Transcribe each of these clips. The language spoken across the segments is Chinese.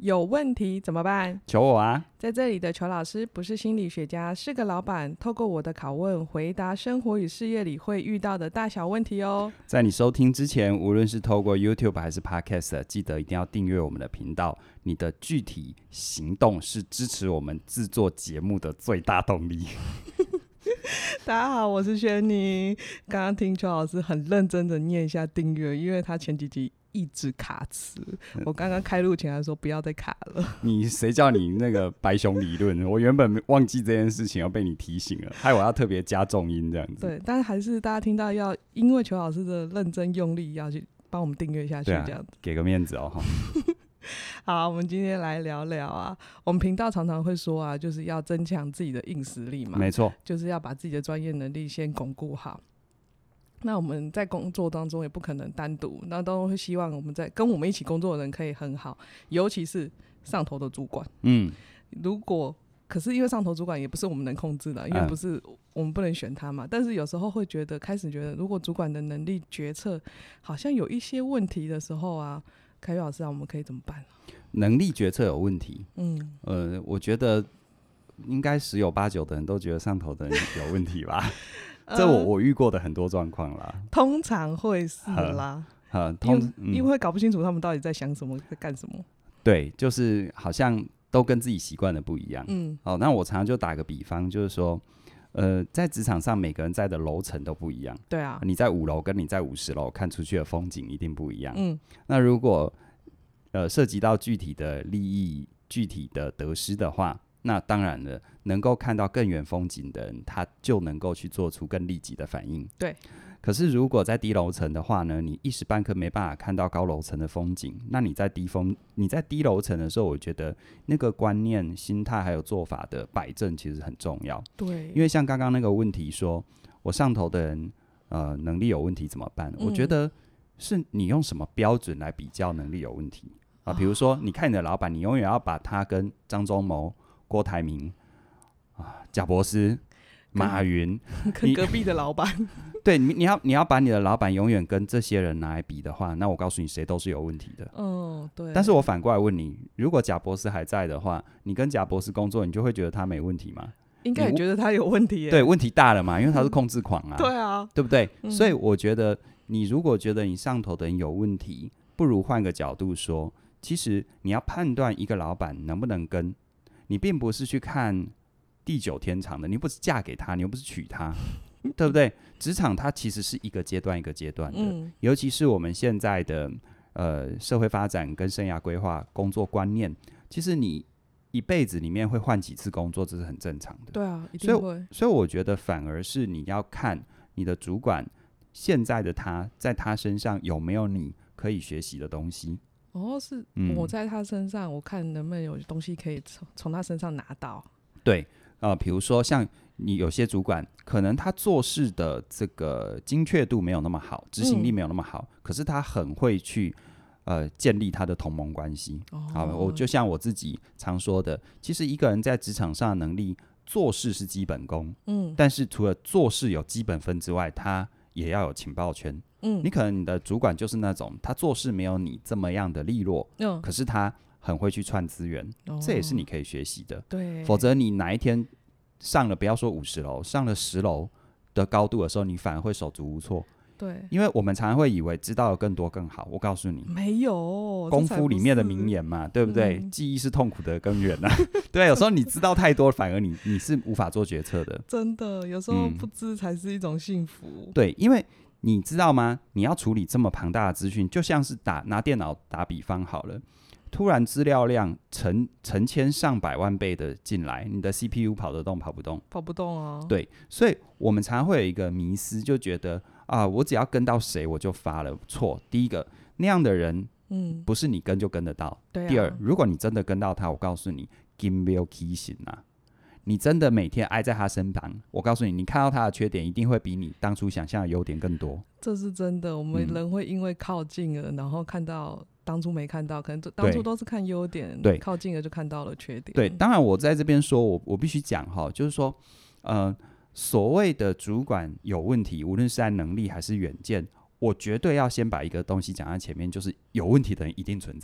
有问题怎么办？ 求我啊！ 在这里的裘老师不是心理学家，是个老板，透过我的拷问，回答生活与事业里会遇到的大小问题哦。 在你收听之前，无论是透过 YouTube 还是 Podcast， 记得一定要订阅我们的频道。你的具体行动是支持我们制作节目的最大动力。 大家好，我是轩妮。刚刚听裘老师很认真的念一下订阅，因为他前几集一直卡词。我刚刚开录前还说不要再卡了。 你谁叫你那个白熊理论？我原本忘记这件事情，要被你提醒了，害我要特别加重音这样子。 对，但还是大家听到要因为裘老师的认真用力，要去帮我们订阅下去，这样子、 给个面子哦。 好，我们今天来聊聊啊，我们频道常常会说啊，就是要增强自己的硬实力嘛， 没错， 就是要把自己的专业能力先巩固好。那我们在工作当中也不可能单独，那都会希望我们在跟我们一起工作的人可以很好，尤其是上头的主管。可是因为上头主管也不是我们能控制的，因为不是我们不能选他嘛。但是有时候会开始觉得，如果主管的能力决策好像有一些问题的时候啊，凯宇老师啊，我们可以怎么办？ 能力决策有问题，我觉得应该10有8九的人都觉得上头的人有问题吧。这我遇过的很多状况啦， 通常会是啦，因为会搞不清楚他们到底在想什么，在干什么。对， 就是好像都跟自己习惯的不一样。那我常常就打个比方，就是说，在职场上每个人在的楼层都不一样。 对啊， 你在5楼跟你在50楼看出去的风景一定不一样。那如果涉及到具体的利益、具体的得失的话，那当然了，能够看到更远风景的人，他就能够去做出更立即的反应。 对。 可是如果在低楼层的话呢，你一时半刻没办法看到高楼层的风景，那你在低楼层的时候，我觉得那个观念、心态还有做法的摆正其实很重要。 对。 因为像刚刚那个问题说，我上头的人能力有问题怎么办？我觉得是你用什么标准来比较能力有问题啊？比如说，你看你的老板，你永远要把他跟张忠谋、郭台铭贾伯斯、马云跟隔壁的老板对，你要把你的老板永远跟这些人拿来比的话，那我告诉你，谁都是有问题的。 对。 但是我反过来问你，如果贾伯斯还在的话，你跟贾伯斯工作，你就会觉得他没问题吗？ 应该也觉得他有问题耶。 对，问题大了嘛，因为他是控制狂啊。 对啊， 对不对？所以我觉得，你如果觉得你上头的人有问题，不如换个角度说，其实你要判断一个老板能不能跟，你并不是去看地久天长的，你不是嫁给他，你又不是娶他，对不对？职场它其实是一个阶段一个阶段的，尤其是我们现在的社会发展跟生涯规划、工作观念，其实你一辈子里面会换几次工作，这是很正常的。 对啊，一定会。 所以我觉得反而是你要看你的主管现在的他，在他身上有没有你可以学习的东西。 是我在他身上，我看能不能有东西可以从他身上拿到。 对，比如说像你有些主管，可能他做事的这个精确度没有那么好，执行力没有那么好，可是他很会去建立他的同盟关系。我就像我自己常说的，其实一个人在职场上的能力，做事是基本功，但是除了做事有基本分之外，他也要有情报圈。你可能你的主管就是那种他做事没有你这么样的利落，可是他很会去串资源，这也是你可以学习的。 对， 否则你哪一天上了不要说50楼，上了10楼的高度的时候，你反而会手足无措。 对， 因为我们常常会以为知道的更多更好，我告诉你， 没有功夫里面的名言嘛，对不对？记忆是痛苦的根源啊。对，有时候你知道太多，反而你是无法做决策的。 真的，有时候不知才是一种幸福。 对，因为你知道吗？你要处理这么庞大的资讯，就像是拿电脑打比方好了，突然资料量成千上百万倍的进来，你的 CPU 跑得动跑不动？ 跑不动啊。对， 所以我们常会有一个迷思，就觉得我只要跟到谁我就发了。错，第一个，那样的人不是你跟就跟得到。第二，如果你真的跟到他，我告诉你，金标起行啊，你真的每天挨在他身旁，我告诉你，你看到他的缺点，一定会比你当初想象的优点更多。 这是真的，我们人会因为靠近了，然后看到当初没看到，可能当初都是看优点，对，靠近了就看到了缺点。 对，当然我在这边说，我必须讲哈，就是说，所谓的主管有问题，无论是在能力还是远见，我绝对要先把一个东西讲在前面，就是有问题的人一定存在。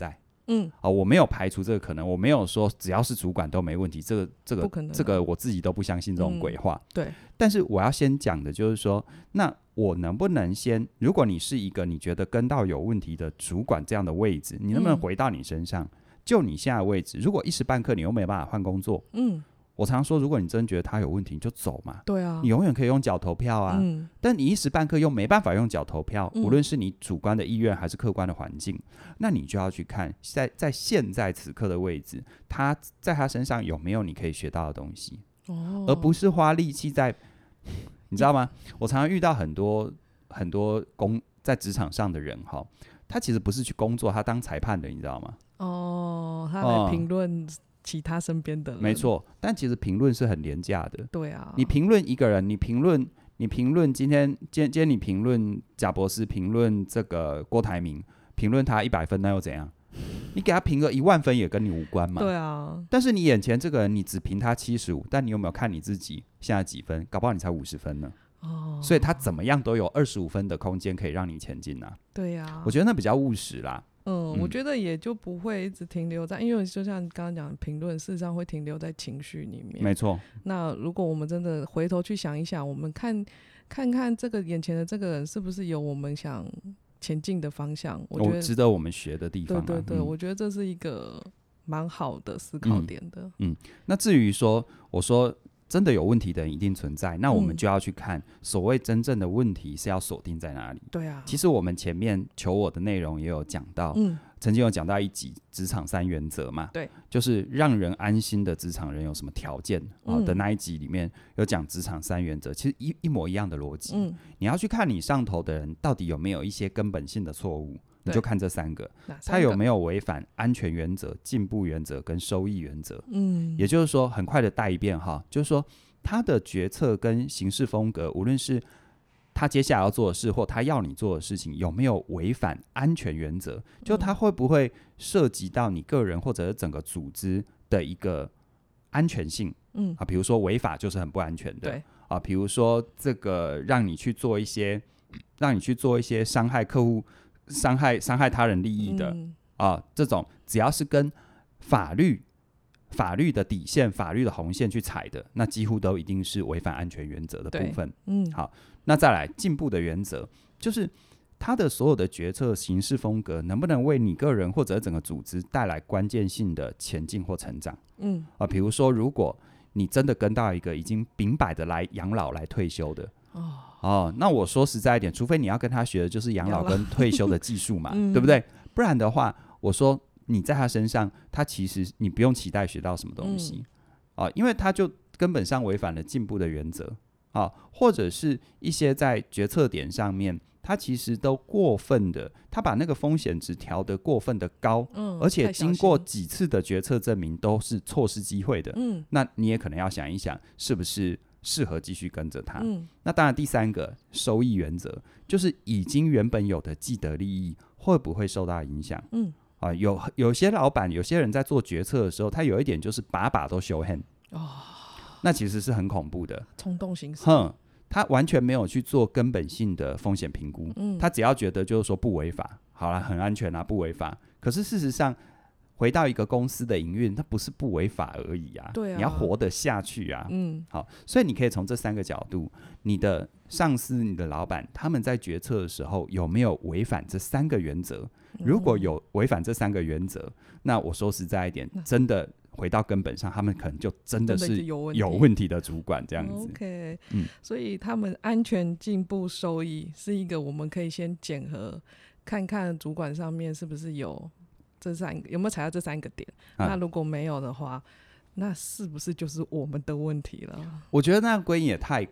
我没有排除这个可能，我没有说只要是主管都没问题， 不可能啊， 这个我自己都不相信这种鬼话。 对， 但是我要先讲的就是说，那我能不能先，如果你是一个你觉得跟到有问题的主管这样的位置，你能不能回到你身上，就你现在的位置，如果一时半刻你又没办法换工作，我常说，如果你真觉得他有问题，你就走嘛。 对啊， 你永远可以用脚投票啊。但你一时半刻又没办法用脚投票，无论是你主观的意愿还是客观的环境，那你就要去看在现在此刻的位置，他在他身上有没有你可以学到的东西，而不是花力气在，你知道吗？我常常遇到很多在职场上的人哈，他其实不是去工作，他当裁判的，你知道吗？ 他来评论其他身边的人， 没错，但其实评论是很廉价的。 对啊， 你评论一个人，你评论今天你评论贾博士，评论这个郭台铭，评论他100分，那又怎样？你给他评个10000分也跟你无关嘛。 对啊。 但是你眼前这个人，你只评他75，但你有没有看你自己现在几分？搞不好你才50分呢。所以他怎么样都有25分的空间可以让你前进啊。 对啊， 我觉得那比较务实啦。 我觉得也就不会一直停留在，因为就像刚刚讲的评论，事实上会停留在情绪里面。 没错。 那如果我们真的回头去想一想，我们看看这个眼前的这个人是不是有我们想前进的方向，我觉得值得我们学的地方。 对对对，我觉得这是一个蛮好的思考点的。 那至于说我说真的有问题的人一定存在，那我们就要去看所谓真正的问题是要锁定在哪里。 对啊， 其实我们前面求我的内容也有讲到，曾经有讲到一集职场3原则嘛， 对， 就是让人安心的职场人有什么条件的那一集里面有讲职场3原则，其实一模一样的逻辑。你要去看你上头的人到底有没有一些根本性的错误，你就看这3个，他有没有违反安全原则、进步原则跟收益原则。也就是说很快的带一遍哈，就是说他的决策跟行事风格，无论是他接下来要做的事或他要你做的事情有没有违反安全原则，就他会不会涉及到你个人或者是整个组织的一个安全性。比如说违法就是很不安全的。 对比如说这个让你去做一些伤害客户、伤害他人利益的这种只要是跟法律的底线、法律的红线去踩的，那几乎都一定是违反安全原则的部分。好，那再来进步的原则，就是他的所有的决策、行事风格能不能为你个人或者整个组织带来关键性的前进或成长。比如说如果你真的跟到一个已经明摆的来养老来退休的那我说实在一点，除非你要跟他学的就是养老跟退休的技术嘛对不对？不然的话，我说你在他身上，他其实你不用期待学到什么东西因为他就根本上违反了进步的原则或者是一些在决策点上面，他其实都过分的，他把那个风险值调得过分的高，而且经过几次的决策证明都是错失机会的。那你也可能要想一想，是不是适合继续跟着他。那当然第3个收益原则，就是已经原本有的既得利益会不会受到影响。有些老板有些人在做决策的时候，他有一点就是把都show hand那其实是很恐怖的， 冲动行事。 他完全没有去做根本性的风险评估，他只要觉得就是说不违法，好啦，很安全啊，不违法。可是事实上回到一个公司的营运，它不是不违法而已啊， 对啊， 你要活得下去啊。好，所以你可以从这3个角度，你的上司、你的老板，他们在决策的时候有没有违反这3个原则？如果有违反这3个原则，那我说实在一点，真的回到根本上，他们可能就真的是有问题的主管这样子。 OK，所以他们安全、进步、收益是一个我们可以先检核，看看主管上面是不是有有没有踩到这3个点。那如果没有的话，那是不是就是我们的问题了？ 我觉得那个归因也太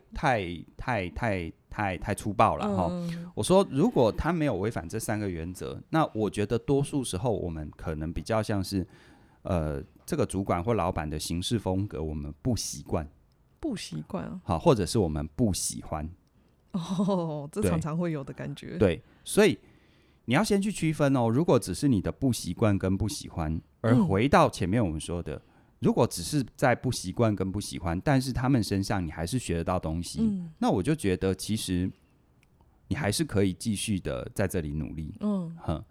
粗暴了我说如果他没有违反这3个原则，那我觉得多数时候我们可能比较像是这个主管或老板的行事风格我们不习惯好，或者是我们不喜欢这常常会有的感觉。 对，所以你要先去区分如果只是你的不习惯跟不喜欢，而回到前面我们说的如果只是在不习惯跟不喜欢，但是他们身上你还是学得到东西那我就觉得其实你还是可以继续的在这里努力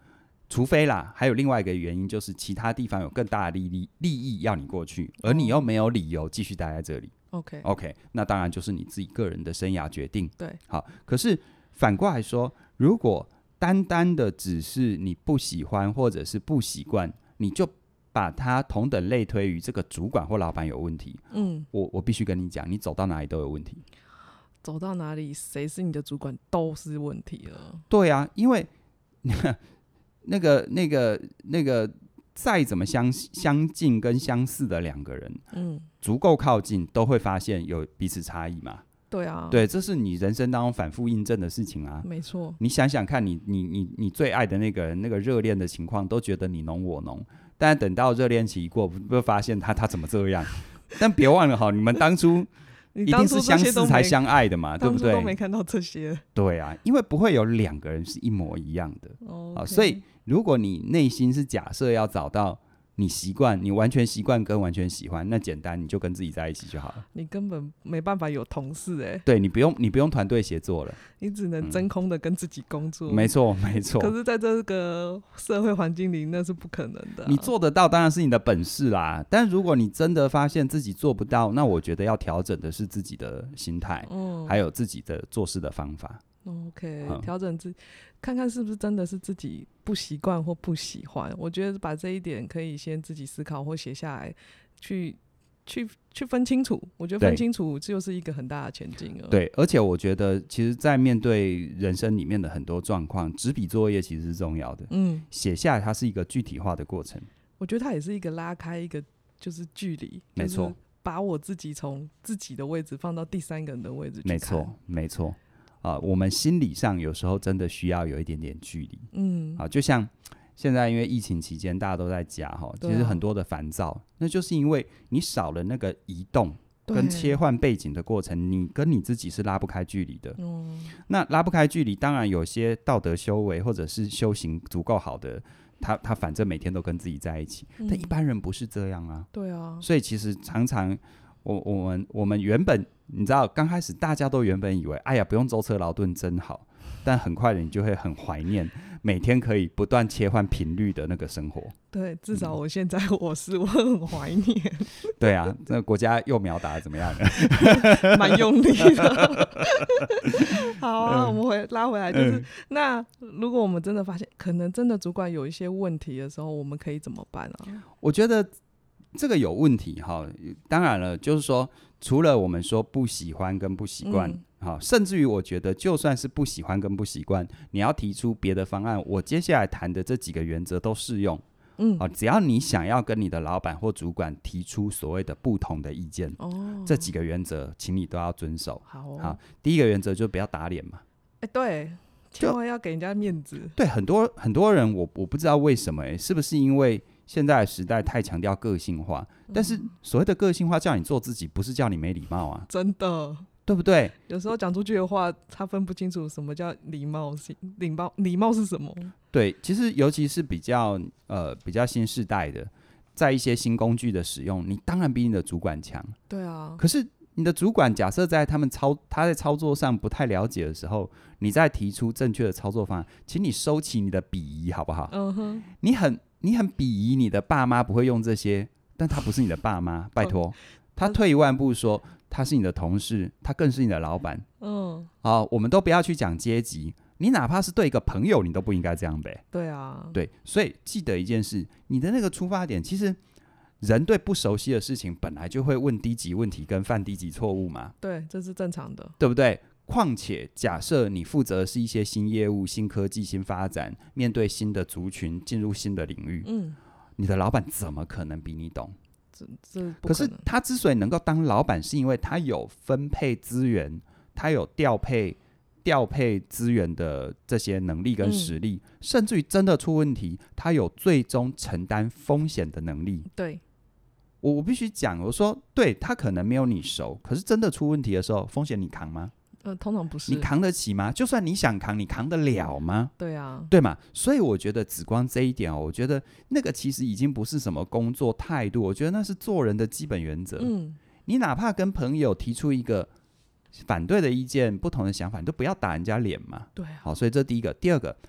除非啦，还有另外一个原因，就是其他地方有更大的利益要你过去，而你又没有理由继续待在这里。OK， 那当然就是你自己个人的生涯决定。 对， 好，可是反过来说，如果单单的只是你不喜欢或者是不习惯，你就把它同等类推于这个主管或老板有问题，我必须跟你讲，你走到哪里都有问题。 走到哪里，谁是你的主管都是问题了。 对啊，因为那个再怎么相近跟相似的两个人，足够靠近，都会发现有彼此差异嘛。 对啊， 对，这是你人生当中反复印证的事情啊。 没错， 你想想看你最爱的那个人，那个热恋的情况，都觉得你侬我侬，但等到热恋期一过，不发现他怎么这样？但别忘了哈，你们当初一定是相似才相爱的嘛，对不对？ 当初都没看到这些。 对啊，因为不会有两个人是一模一样的。所以如果你内心是假设要找到你习惯，你完全习惯跟完全喜欢，那简单，你就跟自己在一起就好了。 你根本没办法有同事对，你不用团队协作了， 你只能真空的跟自己工作。 没错没错。 可是在这个社会环境里，那是不可能的。 你做得到当然是你的本事啦，但如果你真的发现自己做不到，那我觉得要调整的是自己的心态，还有自己的做事的方法。 OK， 调整看看是不是真的是自己不习惯或不喜欢。我觉得把这一点可以先自己思考或写下来，去分清楚。我觉得分清楚就是一个很大的前进了。 对，而且我觉得其实在面对人生里面的很多状况，纸笔作业其实是重要的。写下来它是一个具体化的过程。 我觉得它也是一个拉开一个就是距离， 没错， 就是把我自己从自己的位置放到第三个人的位置去看。 没错没错。我们心理上有时候真的需要有一点点距离。就像现在因为疫情期间大家都在家其实很多的烦躁，那就是因为你少了那个移动跟切换背景的过程，你跟你自己是拉不开距离的。那拉不开距离，当然有些道德修为或者是修行足够好的，他反正每天都跟自己在一起，但一般人不是这样啊。 对啊， 所以其实常常我们原本你知道刚开始大家都原本以为哎呀不用舟车劳顿真好，但很快的你就会很怀念每天可以不断切换频率的那个生活。 对，至少我现在我很怀念。 对啊，那国家幼苗打得怎么样？ 蛮用力的。好啊，我们拉回来，就是那如果我们真的发现可能真的主管有一些问题的时候，我们可以怎么办啊？ 我觉得这个有问题当然了，就是说除了我们说不喜欢跟不习惯，甚至于我觉得就算是不喜欢跟不习惯，你要提出别的方案，我接下来谈的这几个原则都适用。只要你想要跟你的老板或主管提出所谓的不同的意见，这几个原则请你都要遵守。好，第一个原则就不要打脸嘛。 对，千万要给人家面子。 对，很多人我不知道为什么是不是因为现在的时代太强调个性化，但是所谓的个性化叫你做自己，不是叫你没礼貌啊。真的，对不对？ 有时候讲出去的话，他分不清楚什么叫礼貌礼貌是什么。 对，其实尤其是比较新世代的，在一些新工具的使用，你当然比你的主管强。对啊。可是你的主管假设在他在操作上不太了解的时候，你再提出正确的操作方案，请你收起你的鄙夷好不好？你很鄙夷你的爸妈不会用这些，但他不是你的爸妈，拜托。他退一万步说，他是你的同事，他更是你的老板。我们都不要去讲阶级，你哪怕是对一个朋友，你都不应该这样呗。对啊，对，所以记得一件事，你的那个出发点，其实人对不熟悉的事情本来就会问低级问题跟犯低级错误嘛。对，这是正常的，对不对？况且假设你负责的是一些新业务、新科技、新发展，面对新的族群，进入新的领域，你的老板怎么可能比你懂？可是他之所以能够当老板，是因为他有分配资源，他有调配资源的这些能力跟实力，甚至于真的出问题，他有最终承担风险的能力。对，我必须讲，我说对，他可能没有你熟，可是真的出问题的时候，风险你扛吗？通常不是。你扛得起吗？就算你想扛，你扛得了吗？对啊，对嘛。所以我觉得只光这一点我觉得那个其实已经不是什么工作态度，我觉得那是做人的基本原则。你哪怕跟朋友提出一个反对的意见、不同的想法，你都不要打人家脸嘛。对啊。好，所以这第一个。第二个，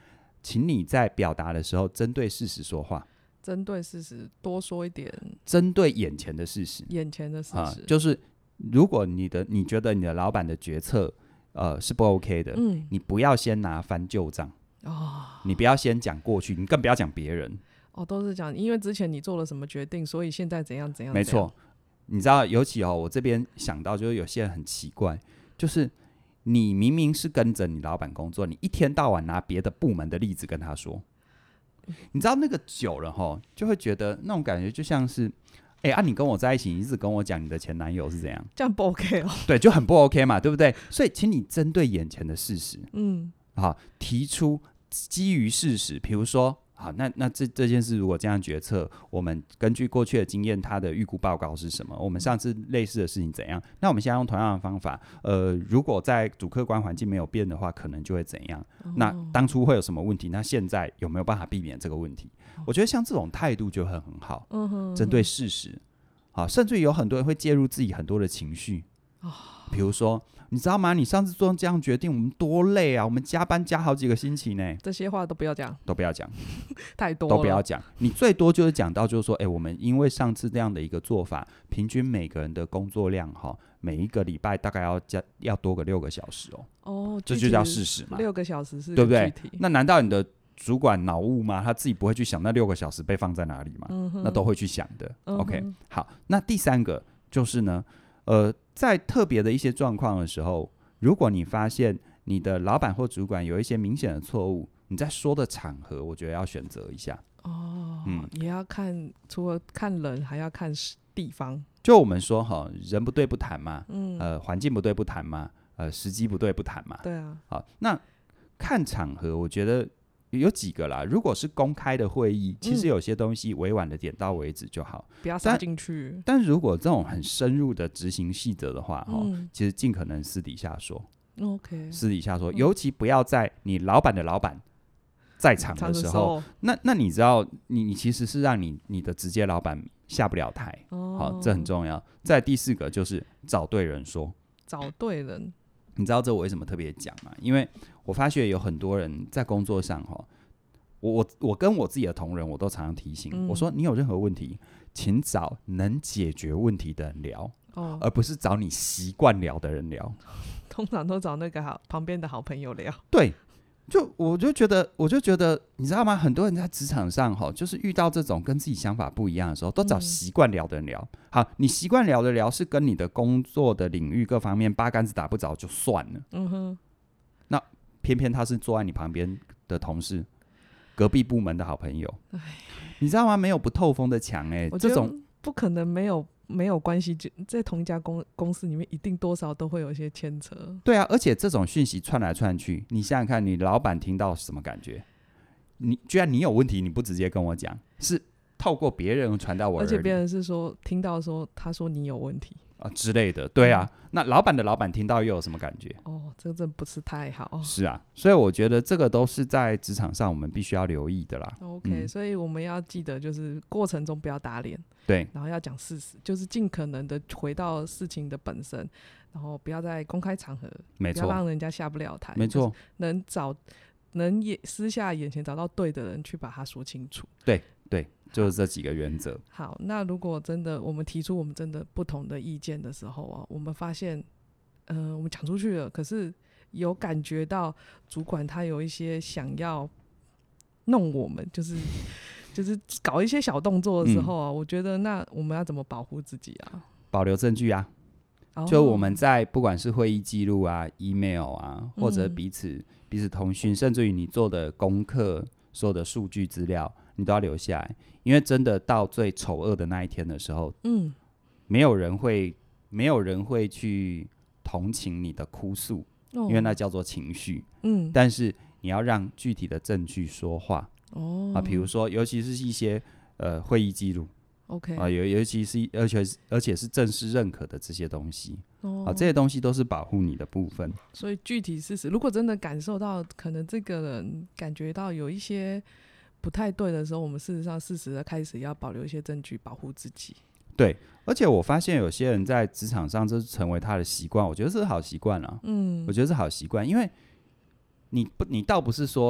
请你在表达的时候针对事实说话， 针对事实多说一点， 针对眼前的事实， 眼前的事实， 就是如果你觉得你的老板的决策是不 OK 的，你不要先拿翻旧账，你不要先讲过去，你更不要讲别人， 都是讲因为之前你做了什么决定，所以现在怎样怎样， 没错。你知道，尤其我这边想到就是有些人很奇怪，就是你明明是跟着你老板工作，你一天到晚拿别的部门的例子跟他说，你知道那个久了就会觉得那种感觉就像是你跟我在一起，你一直跟我讲你的前男友是怎样， 这样不 OK 对，就很不 OK 嘛，对不对？所以请你针对眼前的事实，提出基于事实，比如说好，那这件事如果这样决策，我们根据过去的经验，它的预估报告是什么？我们上次类似的事情怎样？那我们现在用同样的方法，如果在主客观环境没有变的话，可能就会怎样？那当初会有什么问题？那现在有没有办法避免这个问题？我觉得像这种态度就很好，针对事实，好，甚至于有很多人会介入自己很多的情绪，比如说。你知道吗？你上次做这样决定，我们多累啊！我们加班加好几个星期呢。 这些话都不要讲， 都不要讲， 太多了， 都不要讲。你最多就是讲到，就是说，我们因为上次这样的一个做法，平均每个人的工作量每一个礼拜大概要多个6个小时这就叫事实嘛。 6个小时是对不对？那难道你的主管脑雾吗？他自己不会去想那6个小时被放在哪里吗？那都会去想的。OK， 好，那第3个就是呢。在特别的一些状况的时候，如果你发现你的老板或主管有一些明显的错误，你在说的场合，我觉得要选择一下。 也要看，除了看人，还要看地方。 就我们说人不对不谈嘛，环境不对不谈嘛，时机不对不谈嘛。 对啊。 好，那看场合，我觉得有几个啦。如果是公开的会议，其实有些东西委婉的点到为止就好， 不要杀进去。 但如果这种很深入的执行细则的话，其实尽可能私底下说。 OK， 私底下说，尤其不要在你老板的老板在场的时候。那你知道，你其实是让你的直接老板下不了台。好，这很重要。再第4个就是找对人说。 找对人。 你知道这我为什么特别讲吗？因为我发现有很多人在工作上我跟我自己的同仁，我都常常提醒，我说你有任何问题，请找能解决问题的人聊，而不是找你习惯聊的人聊。 通常都找那个旁边的好朋友聊。 对，我就觉得，你知道吗？很多人在职场上就是遇到这种跟自己想法不一样的时候，都找习惯聊的人聊。好，你习惯聊的聊是跟你的工作的领域各方面八竿子打不着就算了。那偏偏他是坐在你旁边的同事，隔壁部门的好朋友，你知道吗？没有不透风的墙这种不可能没有关系，在同一家公司里面，一定多少都会有一些牵扯。 对啊，而且这种讯息窜来窜去，你想想看，你老板听到什么感觉？居然你有问题，你不直接跟我讲，是透过别人传到我耳里， 而且别人是听到他说你有问题之类的。对啊，那老板的老板听到又有什么感觉？ 这真不是太好。 是啊，所以我觉得这个都是在职场上我们必须要留意的啦。 OK，所以我们要记得，就是过程中不要打脸， 对， 然后要讲事实，就是尽可能的回到事情的本身，然后不要在公开场合， 没错， 不要让人家下不了台。 没错， 能私下眼前找到对的人去把它说清楚。 对，就是这几个原则。 好，那如果真的我们提出我们真的不同的意见的时候我们发现我们讲出去了，可是有感觉到主管他有一些想要弄我们，就是搞一些小动作的时候我觉得那我们要怎么保护自己啊？ 保留证据啊。就我们在不管是会议记录啊、email 啊，或者彼此通讯，甚至于你做的功课、所有的数据资料，你都要留下来。因为真的到最丑恶的那一天的时候，没有人会去同情你的哭诉，因为那叫做情绪。但是你要让具体的证据说话。比如说，尤其是一些会议记录。 OK， 尤其是而且是正式认可的这些东西，这些东西都是保护你的部分。 所以具体事实，如果真的感受到可能这个人感觉到有一些不太对的时候，我们事实的开始要保留一些证据，保护自己。 对，而且我发现有些人在职场上这成为他的习惯，我觉得是好习惯啊。我觉得是好习惯，因为你倒不是说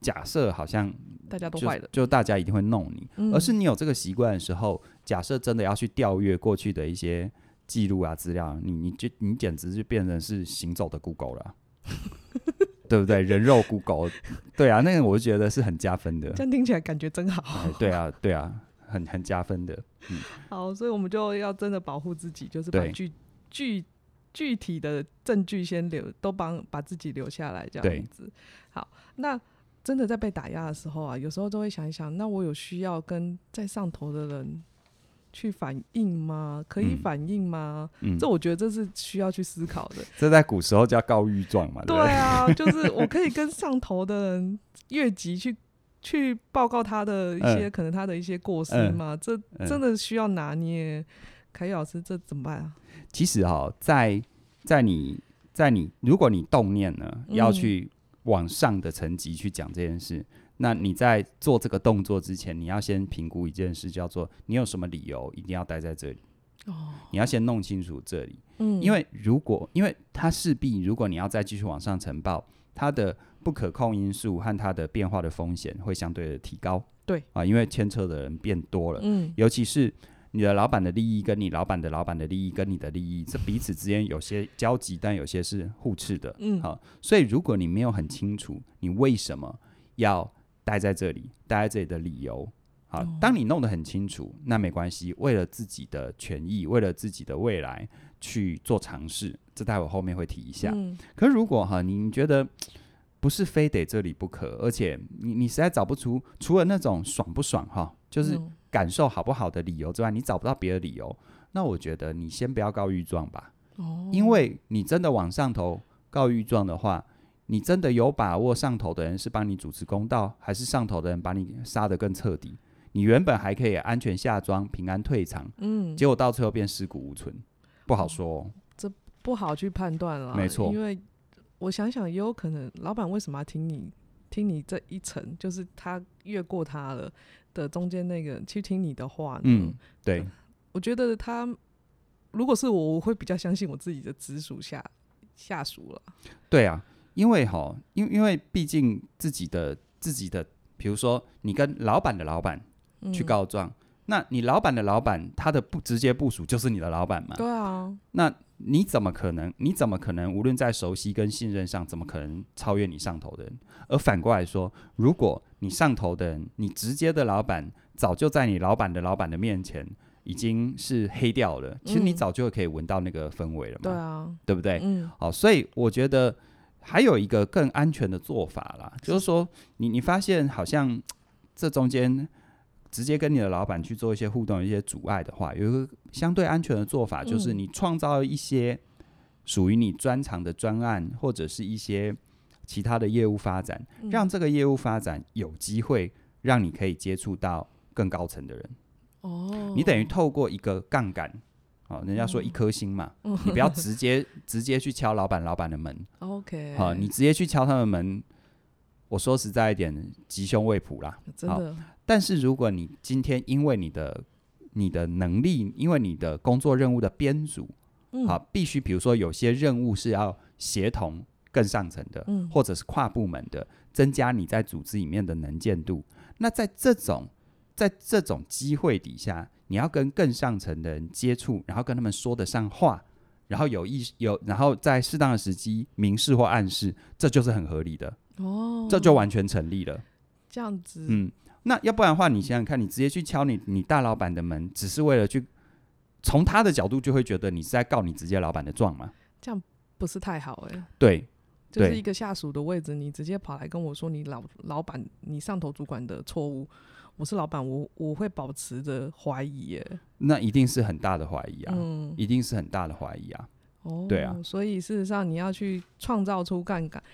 假设好像大家都坏了， 就大家一定会弄你，而是你有这个习惯的时候，假设真的要去调阅过去的一些记录啊资料，你简直就变成是行走的 Google 了。对不对？人肉 Google， 对啊，那个我就觉得是很加分的。 这样听起来感觉真好。 对啊，对啊，很加分的。 好，所以我们就要真的保护自己，就是把具体的证据先都把自己留下来，这样子。好，那真的在被打压的时候啊，有时候都会想一想，那我有需要跟在上头的人去反映吗？可以反映吗？这我觉得这是需要去思考的。 这在古时候叫告御状嘛，对不对？ 对啊，就是我可以跟上头的人越级去报告他的一些、可能他的一些过失吗？这真的需要拿捏。凯宇老师，这怎么办啊？ 其实在你如果你动念了要去往上的层级去讲这件事，那你在做这个动作之前，你要先评估一件事，叫做你有什么理由一定要待在这里。你要先弄清楚这里。因为它势必如果你要再继续往上呈报，它的不可控因素和它的变化的风险会相对的提高。 对啊， 因为牵扯的人变多了。尤其是你的老板的利益跟你老板的老板的利益跟你的利益，这彼此之间有些交集，但有些是互斥的。所以如果你没有很清楚你为什么要待在这里的理由，当你弄得很清楚，那没关系，为了自己的权益，为了自己的未来去做尝试，这待会后面会提一下。可是如果你觉得不是非得这里不可，而且你实在找不出除了那种爽不爽就是感受好不好的理由之外，你找不到别的理由，那我觉得你先不要告御状吧。因为你真的往上头告御状的话，你真的有把握上头的人是帮你主持公道，还是上头的人把你杀得更彻底？你原本还可以安全下庄平安退场，结果到最后变尸骨无存，不好说。 这不好去判断啦。 没错， 因为我想想也有可能老板为什么要听你这一层，就是他越过他了的中间那个去听你的话呢。对，我觉得他如果是我会比较相信我自己的直属下属了。对啊， 因为毕竟自己的比如说你跟老板的老板去告状，那你老板的老板他的直接部属就是你的老板嘛。 对啊， 那你怎么可能无论在熟悉跟信任上，怎么可能超越你上头的人？而反过来说，如果你上头的人，你直接的老板早就在你老板的面前已经是黑掉了，其实你早就可以闻到那个氛围了嘛。 对啊， 对不对？所以我觉得还有一个更安全的做法啦，就是说你发现好像这中间直接跟你的老板去做一些互动、一些阻碍的话，有一个相对安全的做法，就是你创造一些属于你专长的专案，或者是一些其他的业务发展，让这个业务发展有机会让你可以接触到更高层的人。你等于透过一个杠杆，人家说一颗星嘛，你不要直接去敲老板的门。 OK， 你直接去敲他们门，我说实在一点，吉凶未卜啦， 真的。 但是如果你今天因为你的能力，因为你的工作任务的编组，必须比如说有些任务是要协同更上层的，或者是跨部门的，增加你在组织里面的能见度。那在这种机会底下，你要跟更上层的人接触，然后跟他们说得上话，然后然后在适当的时机明示或暗示，这就是很合理的。这就完全成立了。 这样子， 那要不然的话，你想想看，你直接去敲你大老板的门，只是为了去从他的角度就会觉得你是在告你直接老板的状嘛？ 这样不是太好对， 就是一个下属的位置，你直接跑来跟我说你老板你上头主管的错误，我是老板，我会保持着怀疑耶。 那一定是很大的怀疑啊，一定是很大的怀疑啊。对啊， 所以事实上你要去创造出杠杆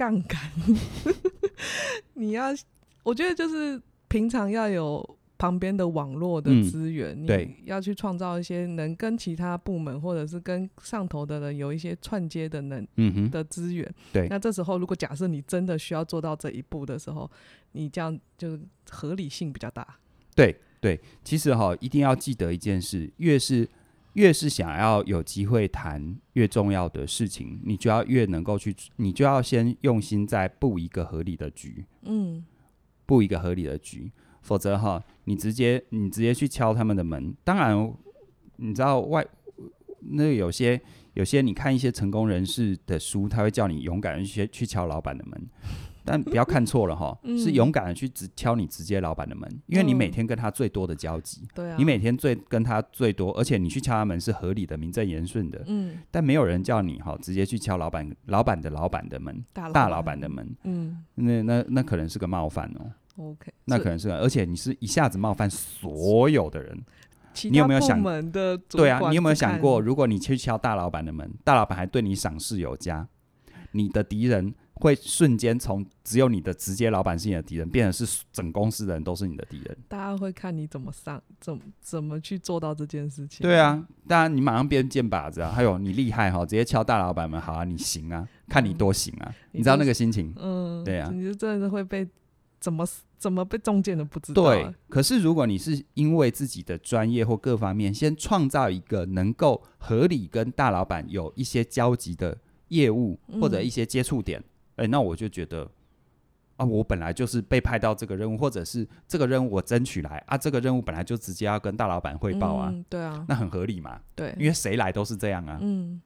你我觉得就是平常要有旁边的网络的资源，你要去创造一些能跟其他部门或者是跟上头的人有一些串接的的资源。 对， 那这时候如果假设你真的需要做到这一步的时候，你这样就是合理性比较大。 对，其实一定要记得一件事，越是越是想要有机会谈越重要的事情，你就要越能够去，你就要先用心在布一个合理的局，布一个合理的局，否则哈，你直接去敲他们的门，当然你知道那有些你看一些成功人士的书，他会叫你勇敢的去敲老板的门。但不要看错了哈，是勇敢的去敲你直接老板的门，因为你每天跟他最多的交集，你每天跟他最多，而且你去敲他门是合理的、名正言顺的。但没有人叫你直接去敲老板的老板的门，大老板的门。那可能是个冒犯哦。 OK， 那可能是，而且你是一下子冒犯所有的人。 你有没有想对啊，你有没有想过，如果你去敲大老板的门，大老板还对你赏识有加，你的敌人会瞬间从只有你的直接老板是你的敌人，变成是整公司的人都是你的敌人。 大家会看你怎么去做到这件事情。 对啊，当然你马上变剑拔子啊，还有你厉害直接敲大老板们，好啊，你行啊，看你多行啊，你知道那个心情？对啊， 你就真的会被怎么被中箭的不知道。 对，可是如果你是因为自己的专业或各方面，先创造一个能够合理跟大老板有一些交集的业务或者一些接触点，那我就觉得我本来就是被派到这个任务，或者是这个任务我争取来这个任务本来就直接要跟大老板汇报啊， 对啊， 那很合理嘛， 对， 因为谁来都是这样啊。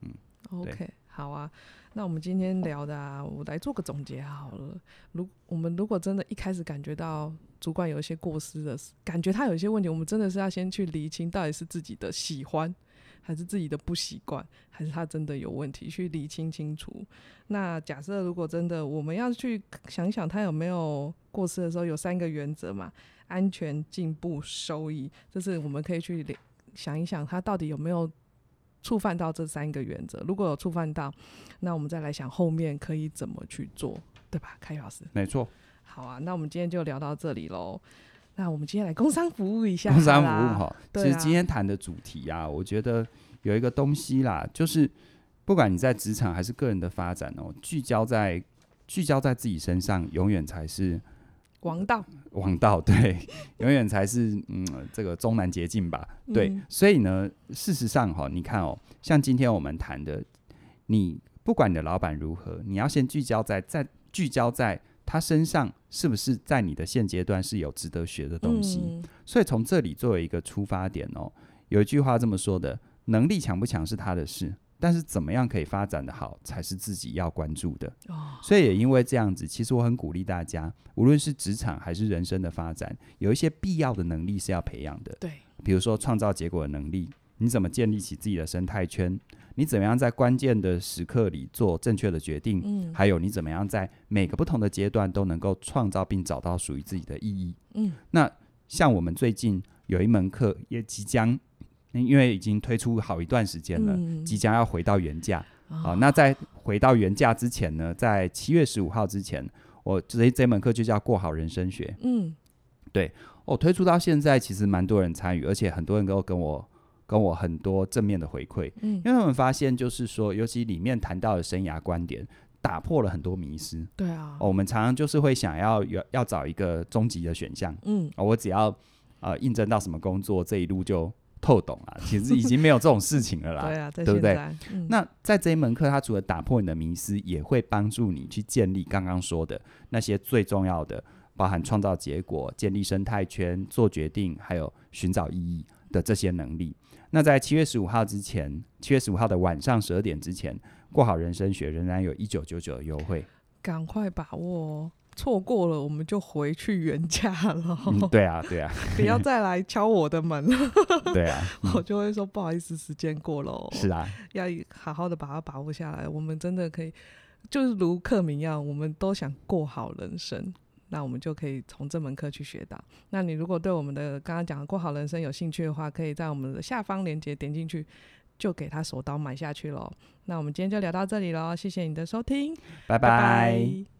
OK， 好啊。那我们今天聊的我来做个总结好了。我们如果真的一开始感觉到主管有一些过失的感觉，他有一些问题，我们真的是要先去厘清到底是自己的喜欢还是自己的不习惯，还是他真的有问题，去厘清清楚。那假设如果真的我们要去想一想他有没有过失的时候，有3个原则嘛：安全、进步、收益。这是我们可以去想一想他到底有没有触犯到这3个原则。如果有触犯到，那我们再来想后面可以怎么去做，对吧，凯宇老师？ 没错。 好啊，那我们今天就聊到这里咯。那我们今天来工商服务一下。 工商服务其实今天谈的主题我觉得有一个东西啦，就是不管你在职场还是个人的发展聚焦在自己身上，永远才是王道，对，永远才是这个中南捷径吧，对。所以呢，事实上你看像今天我们谈的，你不管你的老板如何，你要先聚焦在他身上是不是在你的现阶段是有值得学的东西。所以从这里作为一个出发点有一句话这么说的：能力强不强是他的事，但是怎么样可以发展的好才是自己要关注的。所以也因为这样子，其实我很鼓励大家，无论是职场还是人生的发展，有一些必要的能力是要培养的。 对， 比如说创造结果的能力，你怎么建立起自己的生态圈，你怎么样在关键的时刻里做正确的决定，还有你怎么样在每个不同的阶段都能够创造并找到属于自己的意义。那像我们最近有一门课也即将，因为已经推出好一段时间了，即将要回到原价。那在回到原价之前呢，在7月15号之前，我这门课就叫过好人生学。对，推出到现在其实蛮多人参与，而且很多人都跟我很多正面的回馈。因为他们发现就是说，尤其里面谈到的生涯观点打破了很多迷思。 对啊， 我们常常就是会想要找一个终极的选项。我只要应征到什么工作，这一路就透懂了。其实已经没有这种事情了啦。 对啊， 对不对？那在这一门课，它除了打破你的迷思，也会帮助你去建立刚刚说的那些最重要的，包含创造结果、建立生态圈、做决定，还有寻找意义的这些能力。那在7月15号之前，7月15号的晚上12点之前，过好人生学仍然有1999的优惠， 赶快把握错过了我们就回去原价了。 对啊不要再来敲我的门了。 对啊， 我就会说不好意思，时间过了。 是啊， 要好好的把它把握下来。我们真的可以，就是如课名一样，我们都想过好人生，那我们就可以从这门课去学到。那你如果对我们的刚刚讲的过好人生有兴趣的话，可以在我们的下方链接点进去，就给他手刀买下去咯。那我们今天就聊到这里咯，谢谢你的收听， 拜拜。